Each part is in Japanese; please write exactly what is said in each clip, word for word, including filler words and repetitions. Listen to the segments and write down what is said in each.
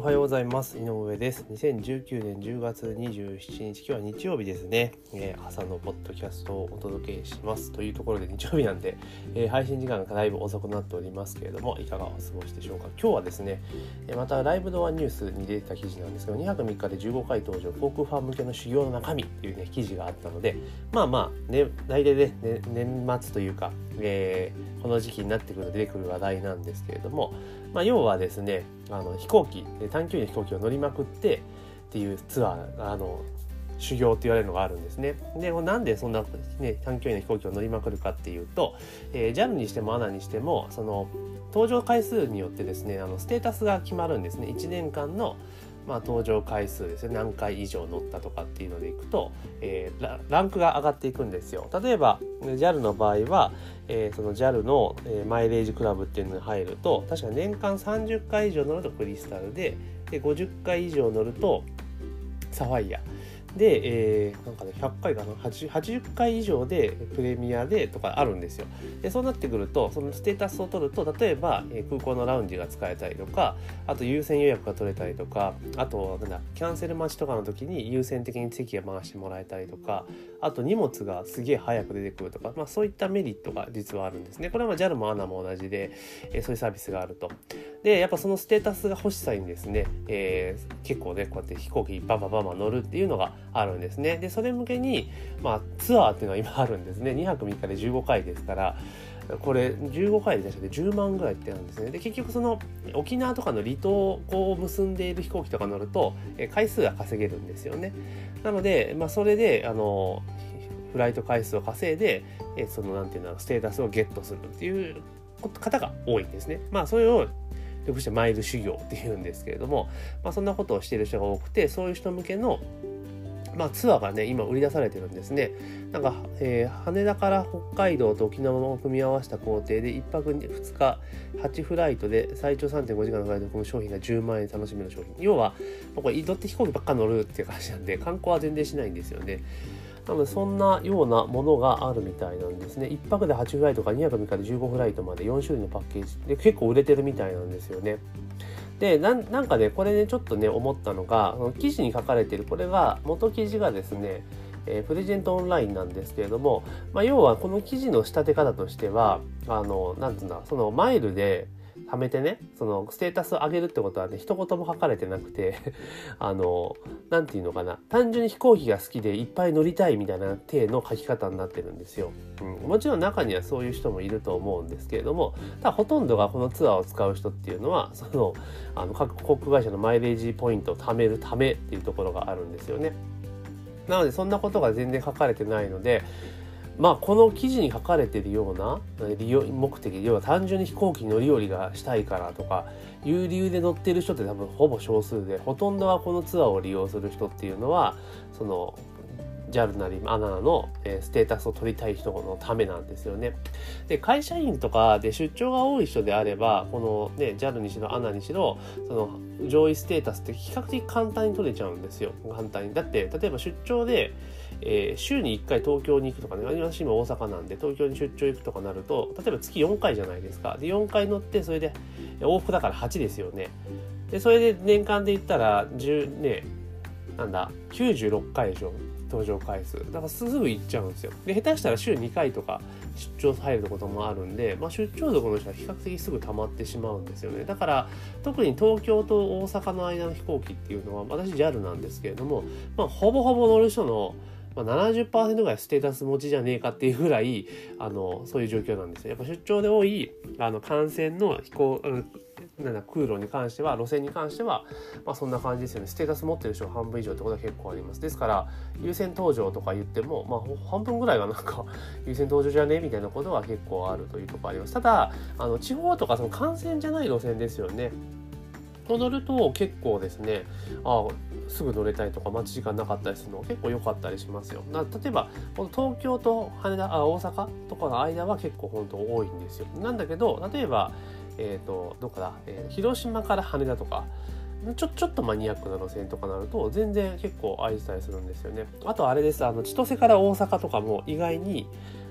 はようございます。井上です。にせんじゅうきゅうねんじゅうがつにじゅうしちにち、今日は日曜日ですね、えー、朝のポッドキャストをお届けしますというところで、日曜日なんで、えー、配信時間がだいぶ遅くなっておりますけれども、いかがお過ごしでしょうか。今日はですね、またライブドアニュースに出てた記事なんですけど、にはくみっかでじゅうごかい登場、航空ファン向けの修行の中身っていうね記事があったので、まあまあね、大体ね、ね年末というか、えー、この時期になってくると出てくる話題なんですけれども、まあ、要はですね、あの飛行機短距離の飛行機を乗りまくってっていうツアー、あの修行って言われるのがあるんですね。で、なんでそんな、ね、短距離の飛行機を乗りまくるかっていうと、えー、ジャル にしても エーエヌエー にしてもその搭乗回数によってですね、あのステータスが決まるんですね。いちねんかんのまあ、搭乗回数ですね、何回以上乗ったとかっていうのでいくと、えー、ラ, ランクが上がっていくんですよ。例えば ジャル の場合は、えー、その ジャル の、えー、マイレージクラブっていうのに入ると、確か年間さんじゅっかい以上乗るとクリスタルで、でごじゅっかい以上乗るとサファイアで、えー、なんかねひゃっかいかな、はちじゅっかい以上でプレミアでとかあるんですよ。でそうなってくると、そのステータスを取ると、例えば、えー、空港のラウンジが使えたりとか、あと優先予約が取れたりとか、あとなんだキャンセル待ちとかの時に優先的に席を回してもらえたりとか、あと荷物がすげえ早く出てくるとか、まあ、そういったメリットが実はあるんですね。これは ジャル も エーエヌエー も同じで、えー、そういうサービスがあると。でやっぱそのステータスが欲しさにですね、えー、結構ねこうやって飛行機バンバンバンバン乗るっていうのがあるんですね。でそれ向けに、まあ、ツアーっていうのは今あるんですね。にはくみっかでじゅうごかいですから、これじゅうごかいで確かじゅうまんぐらいってなんですね。で結局その沖縄とかの離島を結んでいる飛行機とか乗ると回数が稼げるんですよね。なので、まあ、それであのフライト回数を稼いでそのなんていうのステータスをゲットするっていう方が多いんですね。まあそれを略してマイル修行っていうんですけれども、まあ、そんなことをしている人が多くて、そういう人向けのまあ、ツアーがね今売り出されてるんですね。なんか、えー、羽田から北海道と沖縄を組み合わせた工程でいっぱくふつかはちフライトで最長 さんてんごじかんのフライトでこの商品がじゅうまんえん楽しめる商品。要はこれ乗って飛行機ばっか乗るっていう感じなんで、観光は全然しないんですよね。なのでそんなようなものがあるみたいなんですね。いっぱくではちフライトからにはくみっかでじゅうごフライトまでよんしゅるいのパッケージで結構売れてるみたいなんですよね。で な, なんかねこれねちょっとね思ったのが、記事に書かれているこれが元記事がですね、えー、プレゼントオンラインなんですけれども、まあ、要はこの記事の仕立て方としては、あのなんていうんだ、そのマイルで貯めてね、そのステータスを上げるってことはね一言も書かれてなくてあのなんていうのかな、単純に飛行機が好きでいっぱい乗りたいみたいな体の書き方になってるんですよ、うん、もちろん中にはそういう人もいると思うんですけれども、ただほとんどがこのツアーを使う人っていうのはそのあの各航空会社のマイレージポイントを貯めるためっていうところがあるんですよね。なのでそんなことが全然書かれてないので、まあこの記事に書かれているような利用目的、要は単純に飛行機乗り降りがしたいからとかいう理由で乗っている人って多分ほぼ少数で、ほとんどはこのツアーを利用する人っていうのはそのジャル なり エーエヌエー のステータスを取りたい人のためなんですよね。で会社員とかで出張が多い人であれば、このね ジャル にしろ エーエヌエー にしろその上位ステータスって比較的簡単に取れちゃうんですよ。簡単に。だって例えば出張で、えー、週にいっかい東京に行くとかね、私今大阪なんで東京に出張行くとかなると、例えば月よんかいじゃないですか。でよんかい乗ってそれで往復だからはちですよね。でそれで年間で言ったらじゅうねなんだきゅうじゅうろっかい以上搭乗回数だからすぐ行っちゃうんですよ。で下手したら週にかいとか出張入ることもあるんで、まあ、出張族の人は比較的すぐ溜まってしまうんですよね。だから特に東京と大阪の間の飛行機っていうのは、私 ジャル なんですけれども、まあ、ほぼほぼ乗る人のまあ、ななじゅっパーセント ぐらいステータス持ちじゃねえかっていうぐらいあのそういう状況なんですよ。やっぱ出張で多いあの幹線の飛行なんだ空路に関しては、路線に関しては、まあ、そんな感じですよね。ステータス持ってる人が半分以上ってことは結構あります。ですから優先搭乗とか言っても、まあ、半分ぐらいがなんか優先搭乗じゃねえみたいなことは結構あるというところあります。ただあの地方とかその幹線じゃない路線ですよねと乗ると結構ですね、あすぐ乗れたりとか待ち時間なかったりするの結構良かったりしますよ。な例えばこの東京と羽田あ大阪とかの間は結構本当多いんですよ。なんだけど例えば、えー、とどこだ、えー、広島から羽田とかちょちょっとマニアックな路線とかなると全然結構空いてたりするんですよね。あとあれです、あの千歳から大阪とかも意外に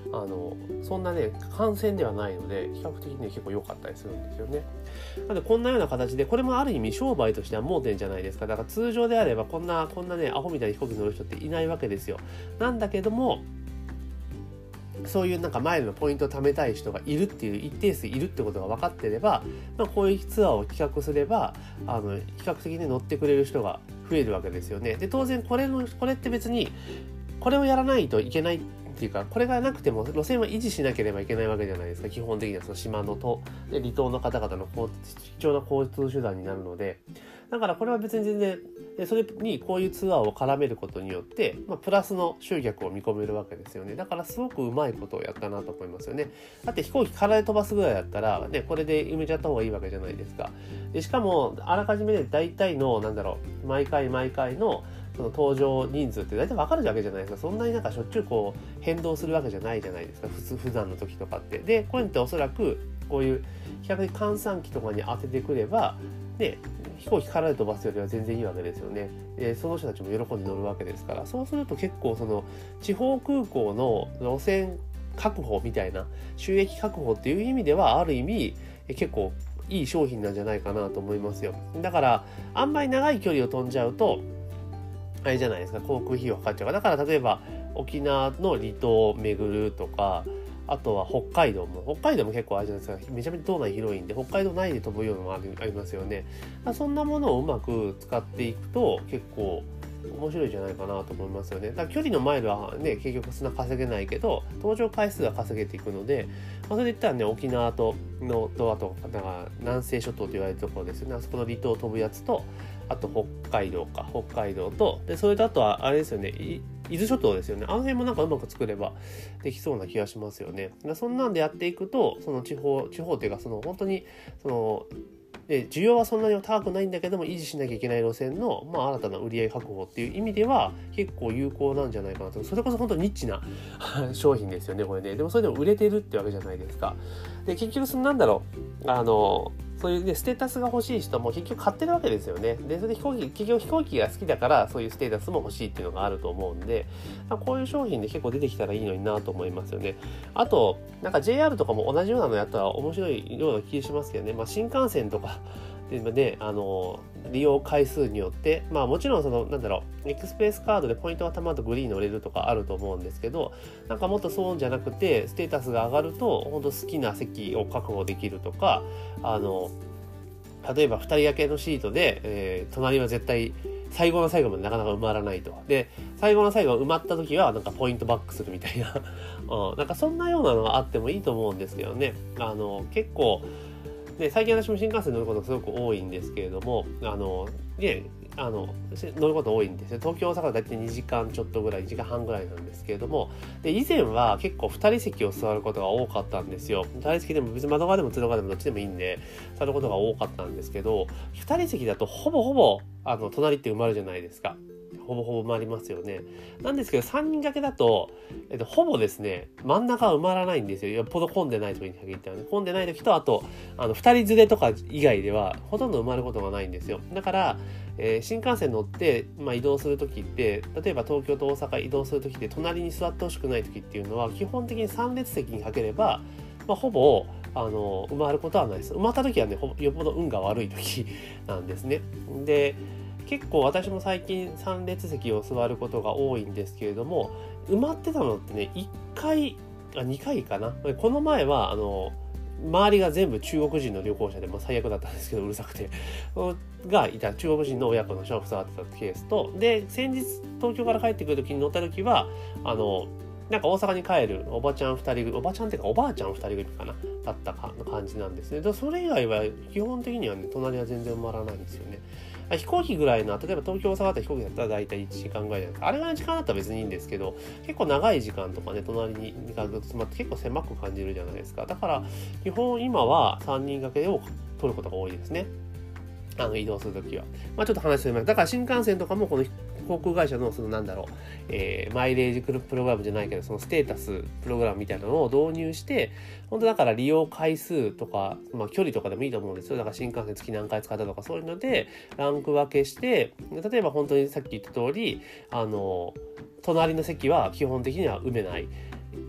あのそんなね感染ではないので比較的ね結構良かったりするんですよね。なのでこんなような形でこれもある意味商売としては盲点じゃないですか。だから通常であればこんなこんなねアホみたいに飛行機乗る人っていないわけですよ。なんだけどもそういうなんかマイルのポイントを貯めたい人がいるっていう一定数いるってことが分かってれば、まあ、こういうツアーを企画すればあの比較的に乗ってくれる人が増えるわけですよね。で当然これのこれって別にこれをやらないといけないっていうか、これがなくても路線は維持しなければいけないわけじゃないですか。基本的にはその島のとで離島の方々の貴重な交通手段になるので、だからこれは別に全然それにこういうツアーを絡めることによって、まあ、プラスの集客を見込めるわけですよね。だからすごくうまいことをやったなと思いますよね。だって飛行機空で飛ばすぐらいだったら、ね、これで埋めちゃった方がいいわけじゃないですか。でしかもあらかじめね大体のなんだろう毎回毎回のその搭乗人数って大体分かるわけじゃないですか。そんなになんかしょっちゅうこう変動するわけじゃないじゃないですか。普通普段の時とかって。でこういうのっておそらくこういう比較的換算機とかに当ててくればね飛行機からで飛ばすよりは全然いいわけですよね。でその人たちも喜んで乗るわけですから、そうすると結構その地方空港の路線確保みたいな収益確保っていう意味ではある意味結構いい商品なんじゃないかなと思いますよ。だからあんまり長い距離を飛んじゃうとあれじゃないですか、航空費用かかっちゃうから。だから例えば沖縄の離島を巡るとか、あとは北海道も北海道も結構あれじゃないですか、めちゃめちゃ島内広いんで北海道内で飛ぶようなのもありますよね。そんなものをうまく使っていくと結構面白いんじゃないかなと思いますよね。だから距離のマイルはね結局そんな稼げないけど搭乗回数は稼げていくので、まあ、それで言ったらね沖縄とのとあとだから南西諸島と言われるところですよね。あそこの離島を飛ぶやつとあと北海道か北海道とでそれとあとはあれですよね伊豆諸島ですよね。あの辺もなんかうまく作ればできそうな気がしますよね。そんなんでやっていくとその地方地方っていうかその本当にそので需要はそんなに高くないんだけども維持しなきゃいけない路線の、まあ、新たな売り上げ確保っていう意味では結構有効なんじゃないかなと。それこそ本当にニッチな商品ですよねこれね。でもそれでも売れてるってわけじゃないですか。で結局そのなんだろうあのそういうねステータスが欲しい人も結局買ってるわけですよね。でそれで飛行機結局飛行機が好きだからそういうステータスも欲しいっていうのがあると思うんで、こういう商品で結構出てきたらいいのになと思いますよね。あとなんか ジェイアール とかも同じようなのやったら面白いような気がしますけどね。まあ、新幹線とかでね、あの利用回数によってまあもちろんそのなんだろうエクスプレスカードでポイントがたまるとグリーン乗れるとかあると思うんですけど、なんかもっとそうじゃなくてステータスが上がると本当好きな席を確保できるとか、あの例えばふたり掛けのシートで、えー、隣は絶対最後の最後までなかなか埋まらないと。で最後の最後埋まった時はなんかポイントバックするみたいな、うん、なんかそんなようなのがあってもいいと思うんですけどね。あの結構で最近私も新幹線乗ることすごく多いんですけれども、あのねあの乗ること多いんですよ。東京大阪はだいたいにじかんちょっとぐらいいちじかんはんぐらいなんですけれども、で以前は結構ふたり席を座ることが多かったんですよ。ふたり席でも別に窓側でも通路側でもどっちでもいいんで座ることが多かったんですけど、ふたり席だとほぼほぼあの隣って埋まるじゃないですか。ほぼほぼ埋まりますよね。なんですけどさんにん掛けだと、えっと、ほぼですね真ん中は埋まらないんですよ。よっぽど混んでない時に限ってはね。混んでない時とあとあのふたり連れとか以外ではほとんど埋まることがないんですよ。だから、えー、新幹線乗って、まあ、移動する時って例えば東京と大阪移動する時って隣に座ってほしくない時っていうのは基本的にさん列席にかければ、まあ、ほぼあの埋まることはないです。埋まった時はねよっぽど運が悪い時なんですね。で結構私も最近さん列席を座ることが多いんですけれども、埋まってたのってねいっかいあにかいかな。この前はあの周りが全部中国人の旅行者で、まあ、最悪だったんですけどうるさくてがいた中国人の親子の人が座ってたケースと、で先日東京から帰ってくる時に乗った時はあのなんか大阪に帰るおばちゃんふたり組おばちゃんっていうかおばあちゃんふたり組かなだったかの感じなんですね。でそれ以外は基本的にはね隣は全然埋まらないんですよね。飛行機ぐらいの例えば東京大阪だったら飛行機だったら大体いちじかんぐらいじゃないですか。あれぐらいの時間だったら別にいいんですけど、結構長い時間とかね隣ににかずっと詰まって結構狭く感じるじゃないですか。だから基本今はさんにん掛けを取ることが多いですね。あの移動するときは。まあちょっと話してみます。だから新幹線とかもこの航空会社のそのなんだろう、えー、マイレージプログラムじゃないけどそのステータスプログラムみたいなのを導入して、本当だから利用回数とか、まあ距離とかでもいいと思うんですよ。だから新幹線月何回使ったとかそういうのでランク分けして、例えば本当にさっき言った通り、あの隣の席は基本的には埋めない。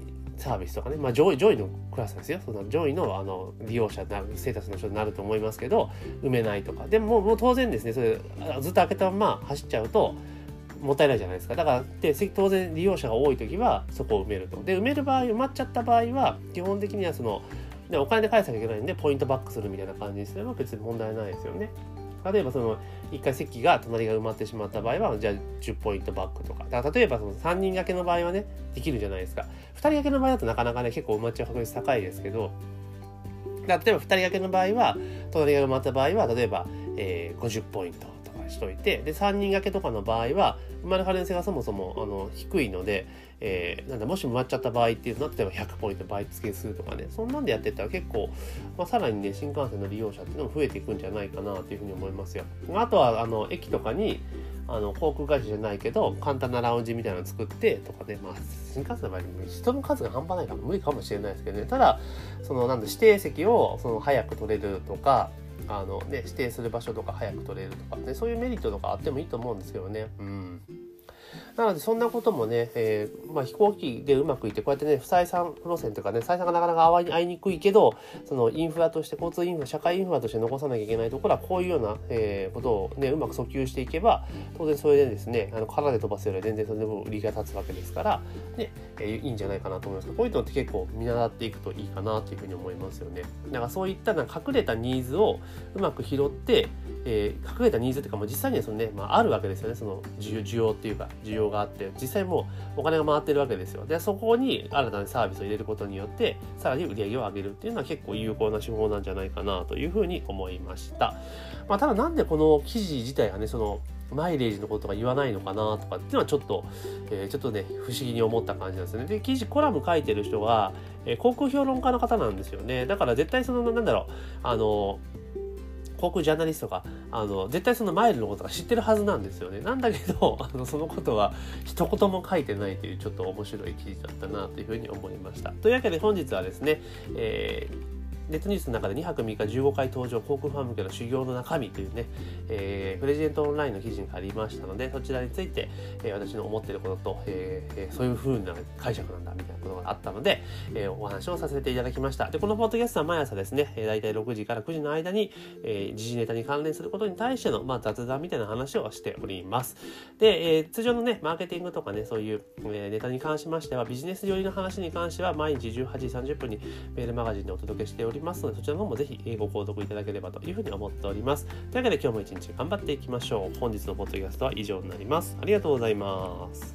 サービスとかね、まあ上位上位のクラスですよ。その上位のあの利用者になるステータスの人になると思いますけど、埋めないとか。でももう当然ですね、それずっと開けたまま走っちゃうともったいないじゃないですか。だからで当然利用者が多い時はそこを埋めると。で埋める場合、埋まっちゃった場合は基本的にはそのでお金で返さなきゃいけないんでポイントバックするみたいな感じにすれば別に問題ないですよね。例えばそのいっかい席が隣が埋まってしまった場合はじゃあじゅっポイントバックとか。だから例えばそのさんにん掛けの場合はねできるじゃないですか。ふたり掛けの場合だとなかなかね結構埋まっちゃう確率高いですけど、例えばふたり掛けの場合は隣が埋まった場合は例えば、えー、ごじゅっポイントとかしといて、でさんにん掛けとかの場合は埋まる可能性がそもそもあの低いので、えー、なんだもし埋まっちゃった場合っていうのは例えばひゃくポイント倍付けするとかね、そんなんでやってったら結構、まあ、さらにね新幹線の利用者っていうのも増えていくんじゃないかなというふうに思いますよ。あとはあの駅とかにあの航空会社じゃないけど簡単なラウンジみたいなのを作ってとかね、まあ新幹線の場合に人の数が半端ないから無理かもしれないですけどね、ただそのなんだ指定席をその早く取れるとか、あのね指定する場所とか早く取れるとかね、そういうメリットとかあってもいいと思うんですけどね。うん。なのでそんなこともね、えーまあ、飛行機でうまくいってこうやってね不採算路線というかね採算がなかなか合いにくいけど、そのインフラとして交通インフラ社会インフラとして残さなきゃいけないところはこういうような、えー、ことをねうまく訴求していけば当然それでですねあの空で飛ばすよりは全然それでも売りが立つわけですからね、えー、いいんじゃないかなと思いますけど、こういうのって結構見習っていくといいかなというふうに思いますよね。だからそういったなんか隠れたニーズをうまく拾って、えー、隠れたニーズっていうかもう実際にはそのね、まあ、あるわけですよね。その需要、需要っていうか需要があって実際もうお金が回ってるわけですよ。でそこに新たなサービスを入れることによってさらに売り上げを上げるっていうのは結構有効な手法なんじゃないかなというふうに思いました。まあ、ただなんでこの記事自体がねそのマイレージのことが言わないのかなとかっていうのはちょっと、えー、ちょっとね不思議に思った感じなんですよね。で記事コラム書いてる人は、えー、航空評論家の方なんですよね。だから絶対そのなんだろうあの航空ジャーナリストがあの絶対そのマイルのことが知ってるはずなんですよね。なんだけどあのそのことは一言も書いてないというちょっと面白い記事だったなというふうに思いました。というわけで本日はですね、えーネットニュースの中でにはくみっかじゅうごかい登場航空ファン向けの修行の中身というね、えー、プレジデントオンラインの記事にありましたので、そちらについて、えー、私の思っていることと、えー、そういう風な解釈なんだみたいなことがあったので、えー、お話をさせていただきました。でこのポッドキャストは毎朝ですね、えー、だいたいろくじからくじの間に、えー、時事ネタに関連することに対しての、まあ、雑談みたいな話をしております。で、えー、通常のねマーケティングとかねそういう、えー、ネタに関しましてはビジネス寄りの話に関しては毎日じゅうはちじさんじゅっぷんにメールマガジンでお届けしておりますので、そちらの方もぜひご購読いただければというふうに思っております。というわけで今日も一日頑張っていきましょう。本日のポッドキャストは以上になります。ありがとうございます。